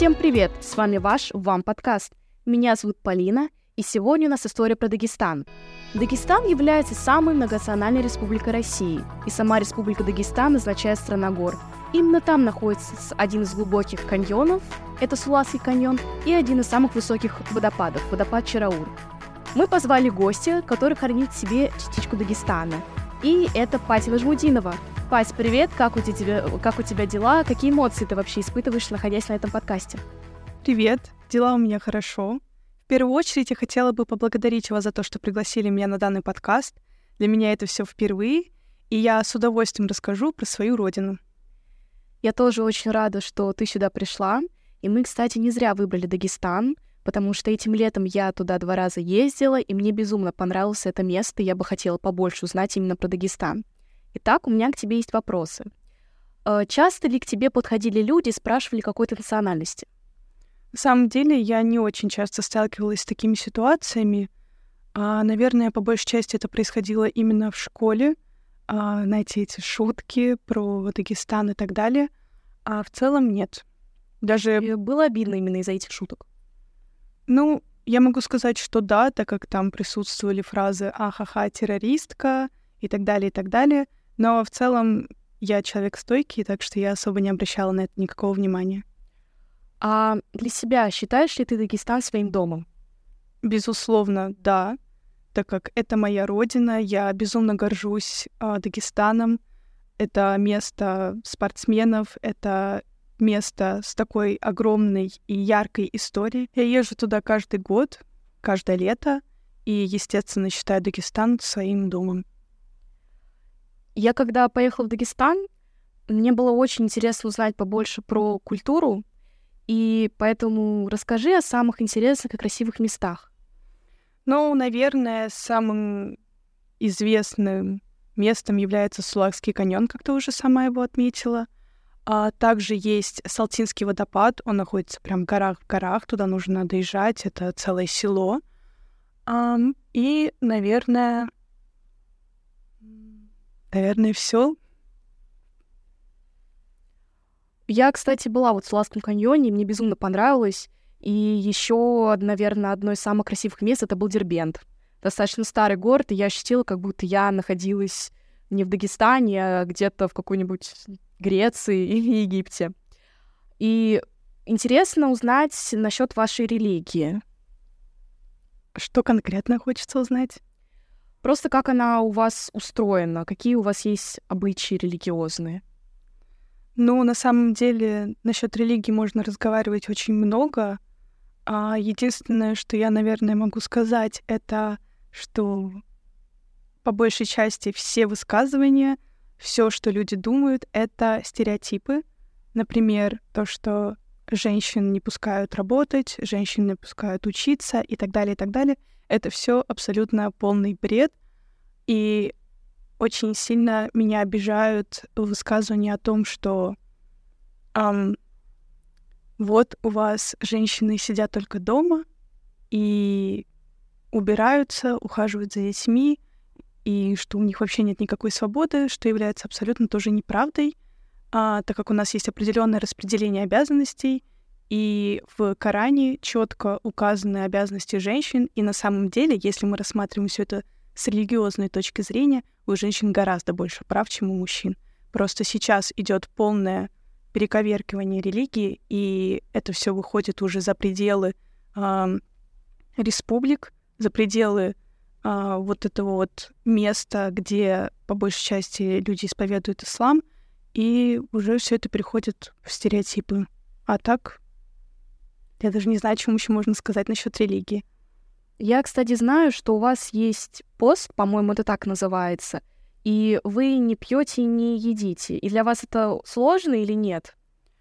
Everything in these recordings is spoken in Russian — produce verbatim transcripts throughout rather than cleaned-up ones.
Всем привет! С вами ваш ВАМ подкаст. Меня зовут Полина, и сегодня у нас история про Дагестан. Дагестан является самой многонациональной республикой России, и сама республика Дагестан означает «страна гор». Именно там находится один из глубоких каньонов, это Суласский каньон, и один из самых высоких водопадов, водопад Чараур. Мы позвали гостя, который хранит в себе частичку Дагестана, и это Патя Нажмудинова. Пать, привет, как у тебя, как у тебя дела, какие эмоции ты вообще испытываешь, находясь на этом подкасте? Привет, дела у меня хорошо. В первую очередь я хотела бы поблагодарить вас за то, что пригласили меня на данный подкаст. Для меня это все впервые, и я с удовольствием расскажу про свою родину. Я тоже очень рада, что ты сюда пришла, и мы, кстати, не зря выбрали Дагестан, потому что этим летом я туда два раза ездила, и мне безумно понравилось это место, и я бы хотела побольше узнать именно про Дагестан. Итак, у меня к тебе есть вопросы. Часто ли к тебе подходили люди и спрашивали какой-то национальности? На самом деле, я не очень часто сталкивалась с такими ситуациями. А, наверное, по большей части это происходило именно в школе. А, знаете, эти шутки про Дагестан и так далее. А в целом нет. Даже И было обидно именно из-за этих шуток? Ну, я могу сказать, что да, так как там присутствовали фразы «ахаха, террористка» и так далее, и так далее. Но в целом я человек стойкий, так что я особо не обращала на это никакого внимания. А для себя считаешь ли ты Дагестан своим домом? Безусловно, да, так как это моя родина, я безумно горжусь а, Дагестаном. Это место спортсменов, это место с такой огромной и яркой историей. Я езжу туда каждый год, каждое лето, и, естественно, считаю Дагестан своим домом. Я когда поехала в Дагестан, мне было очень интересно узнать побольше про культуру, и поэтому расскажи о самых интересных и красивых местах. Ну, наверное, самым известным местом является Сулакский каньон, как ты уже сама его отметила. А также есть Салтинский водопад, он находится прям в горах, в горах, туда нужно доезжать, это целое село. Um, и, наверное... Наверное, все. Я, кстати, была вот в Суласском каньоне, мне безумно понравилось. И еще, наверное, одно из самых красивых мест — это был Дербент. Достаточно старый город, и я ощутила, как будто я находилась не в Дагестане, а где-то в какой-нибудь Греции или Египте. И интересно узнать насчет вашей религии. Что конкретно хочется узнать? Просто как она у вас устроена, какие у вас есть обычаи религиозные? Ну, на самом деле, насчет религии можно разговаривать очень много. А единственное, что я, наверное, могу сказать, это что по большей части все высказывания, все, что люди думают, это стереотипы. Например, то, что женщин не пускают работать, женщин не пускают учиться и так далее, и так далее. Это все абсолютно полный бред. И очень сильно меня обижают высказывания о том, что эм, вот у вас женщины сидят только дома и убираются, ухаживают за детьми, и что у них вообще нет никакой свободы, что является абсолютно тоже неправдой, а, так как у нас есть определенное распределение обязанностей, и в Коране четко указаны обязанности женщин, и на самом деле, если мы рассматриваем все это с религиозной точки зрения, у женщин гораздо больше прав, чем у мужчин. Просто сейчас идет полное перековеркивание религии, и это все выходит уже за пределы э, республик, за пределы э, вот этого вот места, где по большей части люди исповедуют ислам, и уже все это переходит в стереотипы. А так, я даже не знаю, чему еще можно сказать насчет религии. Я, кстати, знаю, что у вас есть пост, по-моему, это так называется, и вы не пьете и не едите. И для вас это сложно или нет?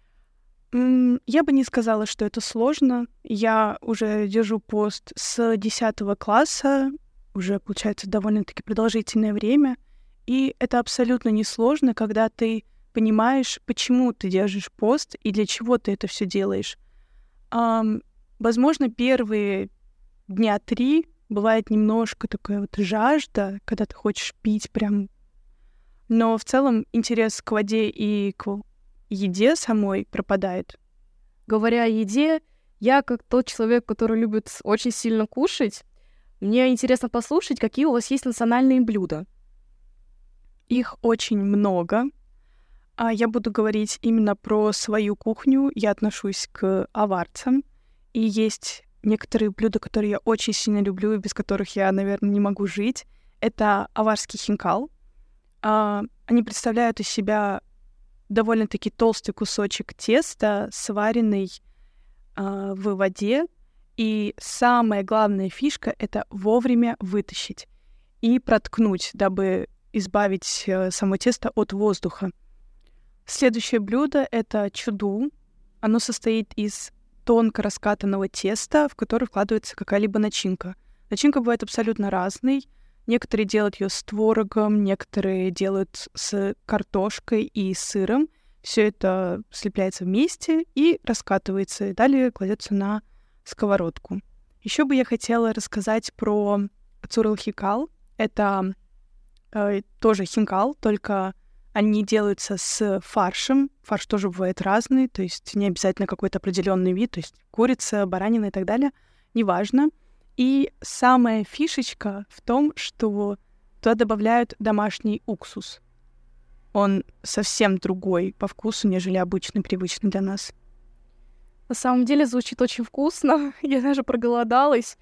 Я бы не сказала, что это сложно. Я уже держу пост с десятого класса, уже, получается, довольно-таки продолжительное время, и это абсолютно несложно, когда ты понимаешь, почему ты держишь пост и для чего ты это все делаешь. Um, возможно, первые дня три бывает немножко такая вот жажда, когда ты хочешь пить прям. Но в целом интерес к воде и к еде самой пропадает. говоря о еде, я как тот человек, который любит очень сильно кушать, мне интересно послушать, какие у вас есть национальные блюда. Их очень много. А я буду говорить именно про свою кухню. Я отношусь к аварцам. И есть некоторые блюда, которые я очень сильно люблю, и без которых я, наверное, не могу жить. Это аварский хинкал. А, они представляют из себя довольно-таки толстый кусочек теста, сваренный а, в воде. И самая главная фишка — это вовремя вытащить и проткнуть, дабы избавить э, само тесто от воздуха. Следующее блюдо — это чуду. Оно состоит из тонко раскатанного теста, в которое вкладывается какая-либо начинка. Начинка бывает абсолютно разной. Некоторые делают ее с творогом, некоторые делают с картошкой и сыром. Все это слепляется вместе и раскатывается, и далее кладется на сковородку. Еще бы я хотела рассказать про цурл-хикал. Это э, тоже хинкал, только они делаются с фаршем. Фарш тоже бывает разный, то есть не обязательно какой-то определенный вид, то есть курица, баранина и так далее, неважно. И самая фишечка в том, что туда добавляют домашний уксус. Он совсем другой по вкусу, нежели обычный, привычный для нас. На самом деле звучит очень вкусно, я даже проголодалась.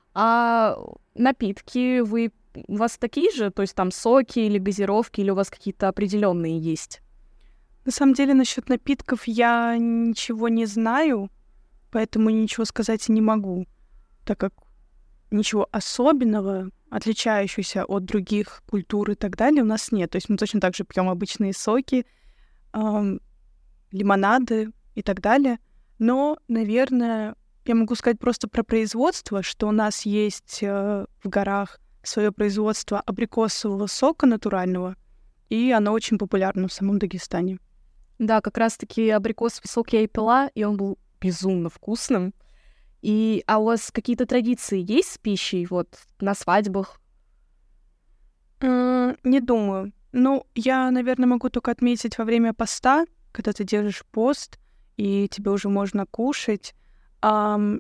А напитки вы у вас такие же? То есть там соки или газировки, или у вас какие-то определенные есть? На самом деле насчет напитков я ничего не знаю, поэтому ничего сказать не могу, так как ничего особенного, отличающегося от других культур и так далее, у нас нет. То есть мы точно так же пьем обычные соки, эм, лимонады и так далее. Но, наверное, я могу сказать просто про производство, что у нас есть э, в горах свое производство абрикосового сока натурального, и оно очень популярно в самом Дагестане. Да, как раз-таки абрикосовый сок я и пила, и он был безумно вкусным. И, а у вас какие-то традиции есть с пищей, вот, на свадьбах? Mm, не думаю. Ну, я, наверное, могу только отметить во время поста, когда ты держишь пост, и тебе уже можно кушать. Um,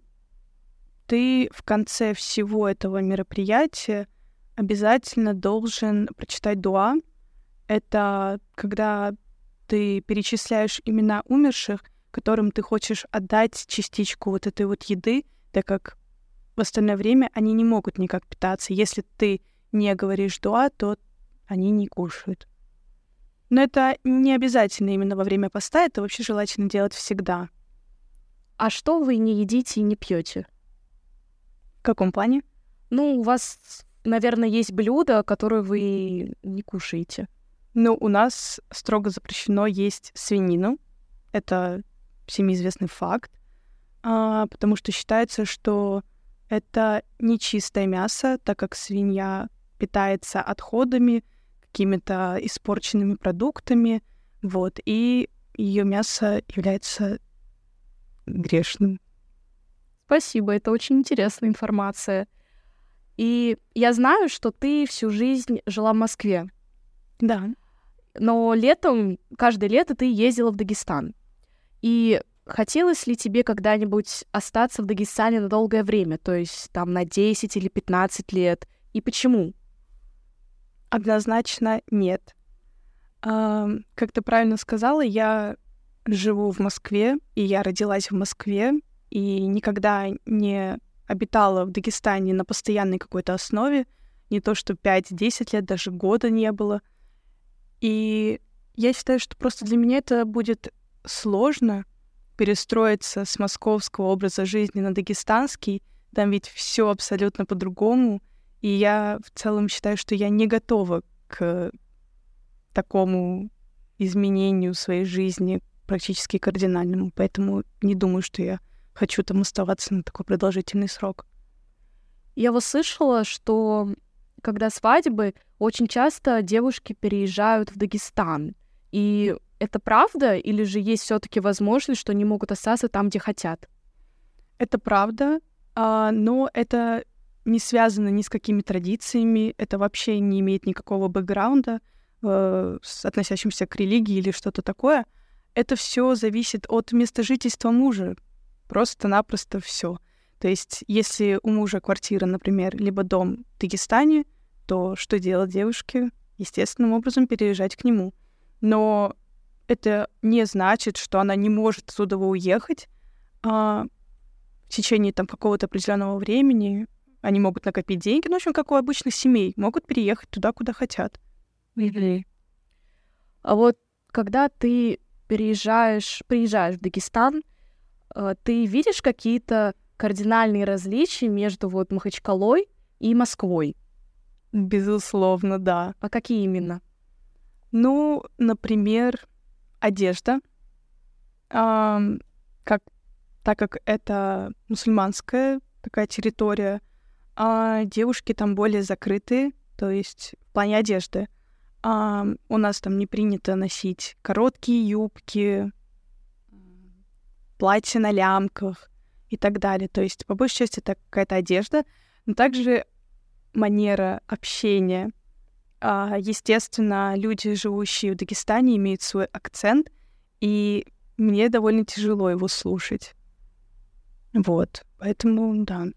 ты в конце всего этого мероприятия обязательно должен прочитать дуа. Это когда ты перечисляешь имена умерших, которым ты хочешь отдать частичку вот этой вот еды, так как в остальное время они не могут никак питаться. Если ты не говоришь дуа, то они не кушают. Но это не обязательно именно во время поста, это вообще желательно делать всегда. А что вы не едите и не пьете? В каком плане? Ну, у вас, наверное, есть блюда, которые вы не кушаете. Ну, у нас строго запрещено есть свинину. Это всем известный факт, а, потому что считается, что это нечистое мясо, так как свинья питается отходами, какими-то испорченными продуктами, вот, и ее мясо является грешным. Спасибо, это очень интересная информация. И я знаю, что ты всю жизнь жила в Москве. Да. Но летом, каждое лето ты ездила в Дагестан. И хотелось ли тебе когда-нибудь остаться в Дагестане на долгое время? То есть там на десять или пятнадцать лет? И почему? Однозначно нет. А, как ты правильно сказала, я живу в Москве, и я родилась в Москве, и никогда не обитала в Дагестане на постоянной какой-то основе. Не то что пять-десять лет, даже года не было. И я считаю, что просто для меня это будет сложно перестроиться с московского образа жизни на дагестанский. Там ведь все абсолютно по-другому. И я в целом считаю, что я не готова к такому изменению своей жизни, практически кардинальному. Поэтому не думаю, что я хочу там оставаться на такой продолжительный срок. Я вот слышала, что когда свадьбы, очень часто девушки переезжают в Дагестан. И это правда? Или же есть все-таки возможность, что они могут остаться там, где хотят? Это правда, но это не связано ни с какими традициями, это вообще не имеет никакого бэкграунда, относящимся к религии или что-то такое. это все зависит от места жительства мужа. Просто-напросто все. То есть, если у мужа квартира, например, либо дом в Дагестане, то что делать девушке? Естественным образом переезжать к нему. Но это не значит, что она не может оттуда уехать. А в течение там какого-то определенного времени они могут накопить деньги. Ну, в общем, как у обычных семей. Могут переехать туда, куда хотят. Mm-hmm. А вот когда ты переезжаешь, приезжаешь в Дагестан, ты видишь какие-то кардинальные различия между вот Махачкалой и Москвой? Безусловно, да. А какие именно? Ну, например, одежда. А, как, так как это мусульманская такая территория, а девушки там более закрытые, то есть в плане одежды. А у нас там не принято носить короткие юбки, платья на лямках и так далее. То есть, по большей части, это какая-то одежда, но также манера общения. Естественно, люди, живущие в Дагестане, имеют свой акцент, и мне довольно тяжело его слушать. Вот, поэтому, да.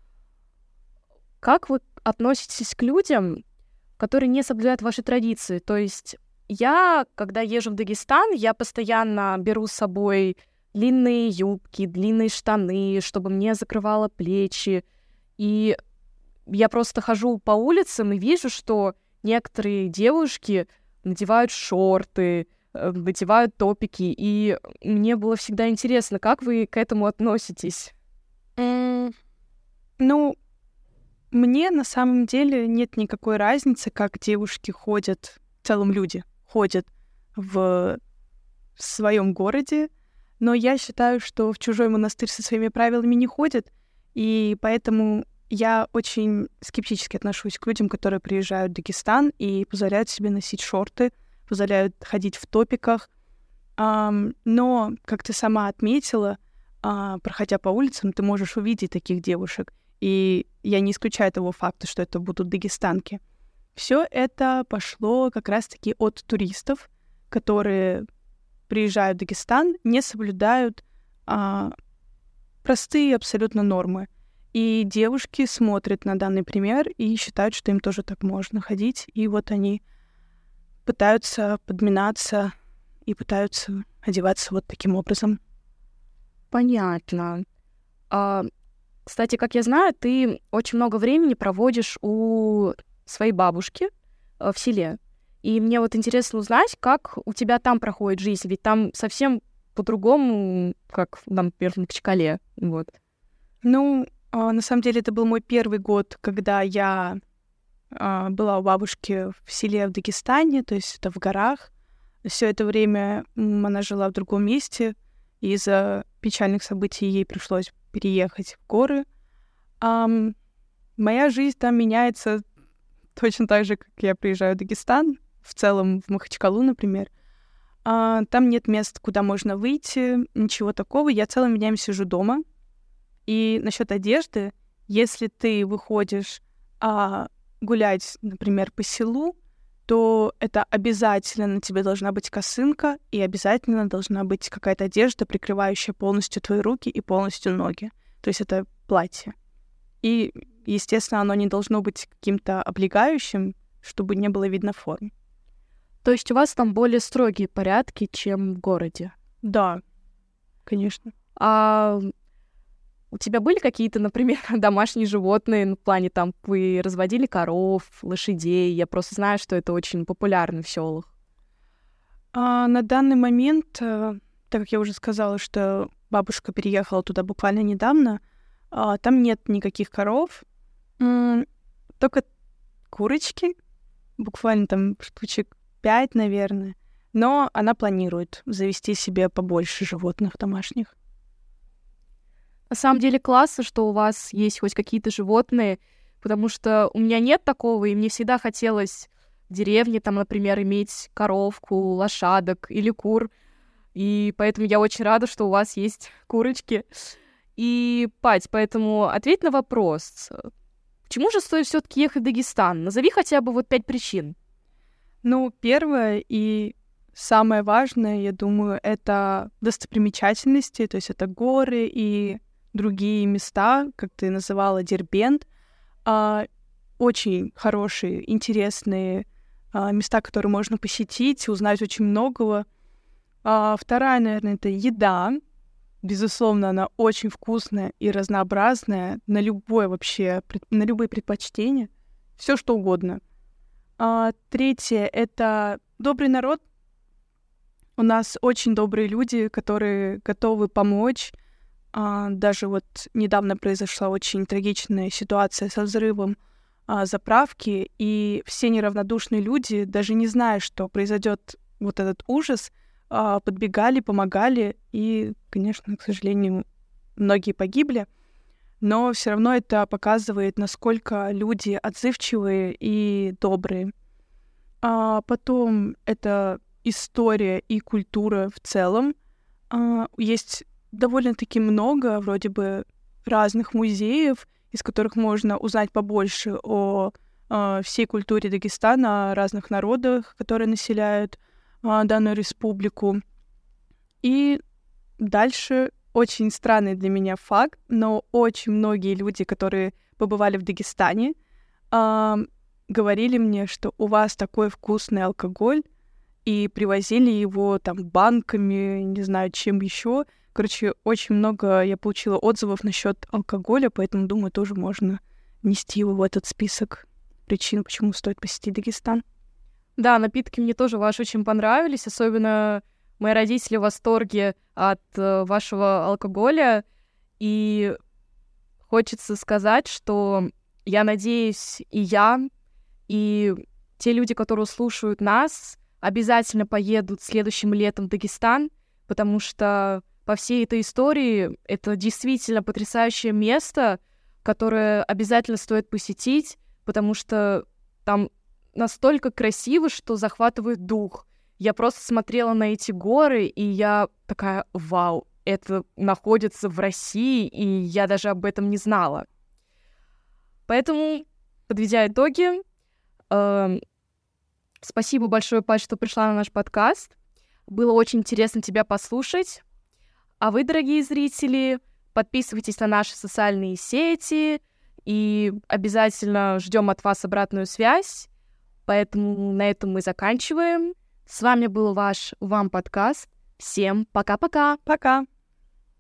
Как вы относитесь к людям, которые не соблюдают ваши традиции? То есть я, когда езжу в Дагестан, я постоянно беру с собой длинные юбки, длинные штаны, чтобы мне закрывало плечи. И я просто хожу по улицам и вижу, что некоторые девушки надевают шорты, надевают топики. И мне было всегда интересно, как вы к этому относитесь? Mm. Ну, мне на самом деле нет никакой разницы, как девушки ходят, в целом люди ходят в, в своем городе, но я считаю, что в чужой монастырь со своими правилами не ходят, и поэтому я очень скептически отношусь к людям, которые приезжают в Дагестан и позволяют себе носить шорты, позволяют ходить в топиках. Um, но, как ты сама отметила, uh, проходя по улицам, ты можешь увидеть таких девушек, и я не исключаю того факта, что это будут дагестанки. Все это пошло как раз-таки от туристов, которые приезжают в Дагестан, не соблюдают а, простые абсолютно нормы. И девушки смотрят на данный пример и считают, что им тоже так можно ходить. И вот они пытаются подминаться и пытаются одеваться вот таким образом. Понятно. А, кстати, как я знаю, ты очень много времени проводишь у своей бабушки а, в селе. И мне вот интересно узнать, как у тебя там проходит жизнь, ведь там совсем по-другому, как, например, в Махачкале. Вот. Ну, на самом деле, это был мой первый год, когда я была у бабушки в селе в Дагестане, то есть это в горах. Все это время она жила в другом месте, и из-за печальных событий ей пришлось переехать в горы. Моя жизнь там меняется точно так же, как я приезжаю в Дагестан, в целом в Махачкалу, например. А, там нет мест, куда можно выйти, ничего такого. Я целыми днями сижу дома. И насчет одежды, если ты выходишь а, гулять, например, по селу, то это обязательно на тебе должна быть косынка, и обязательно должна быть какая-то одежда, прикрывающая полностью твои руки и полностью ноги. То есть это платье. И, естественно, оно не должно быть каким-то облегающим, чтобы не было видно форм. То есть у вас там более строгие порядки, чем в городе? Да, конечно. А у тебя были какие-то, например, домашние животные, ну, в плане там вы разводили коров, лошадей? Я просто знаю, что это очень популярно в селах. А, на данный момент, так как я уже сказала, что бабушка переехала туда буквально недавно, а, там нет никаких коров, м- только курочки, буквально там штучек пять, наверное. Но она планирует завести себе побольше животных домашних. На самом деле классно, что у вас есть хоть какие-то животные, потому что у меня нет такого, и мне всегда хотелось в деревне, там, например, иметь коровку, лошадок или кур. И поэтому я очень рада, что у вас есть курочки. И, Пать, поэтому ответь на вопрос. Почему же стоит все-таки ехать в Дагестан? Назови хотя бы вот пять причин. Ну, первое и самое важное, я думаю, это достопримечательности, то есть это горы и другие места, как ты называла, Дербент. А, очень хорошие, интересные а, места, которые можно посетить, узнать очень многого. А, вторая, наверное, это еда. Безусловно, она очень вкусная и разнообразная на любое вообще, пред- на любые предпочтения. Все что угодно. А, третье — это добрый народ. У нас очень добрые люди, которые готовы помочь. А, даже вот недавно произошла очень трагичная ситуация со взрывом а, заправки, и все неравнодушные люди, даже не зная, что произойдет вот этот ужас, а, подбегали, помогали, и, конечно, к сожалению, многие погибли. Но все равно это показывает, насколько люди отзывчивые и добрые. А потом это история и культура в целом. А, есть довольно-таки много вроде бы разных музеев, из которых можно узнать побольше о а, всей культуре Дагестана, о разных народах, которые населяют а, данную республику. И дальше очень странный для меня факт, но очень многие люди, которые побывали в Дагестане, а, говорили мне, что у вас такой вкусный алкоголь, и привозили его там банками, не знаю, чем еще. Короче, очень много я получила отзывов насчет алкоголя, поэтому, думаю, тоже можно внести его в этот список причин, почему стоит посетить Дагестан. Да, напитки мне тоже ваши очень понравились, особенно мои родители в восторге от э, вашего алкоголя, и хочется сказать, что я надеюсь, и я, и те люди, которые слушают нас, обязательно поедут следующим летом в Дагестан, потому что по всей этой истории это действительно потрясающее место, которое обязательно стоит посетить, потому что там настолько красиво, что захватывает дух. Я просто смотрела на эти горы, и я такая: вау, это находится в России, и я даже об этом не знала. Поэтому, подведя итоги, э, спасибо большое, Паш, что пришла на наш подкаст. Было очень интересно тебя послушать. А вы, дорогие зрители, подписывайтесь на наши социальные сети, и обязательно ждем от вас обратную связь. Поэтому на этом мы заканчиваем. С вами был ваш УВАМ подкаст. Всем пока-пока. Пока!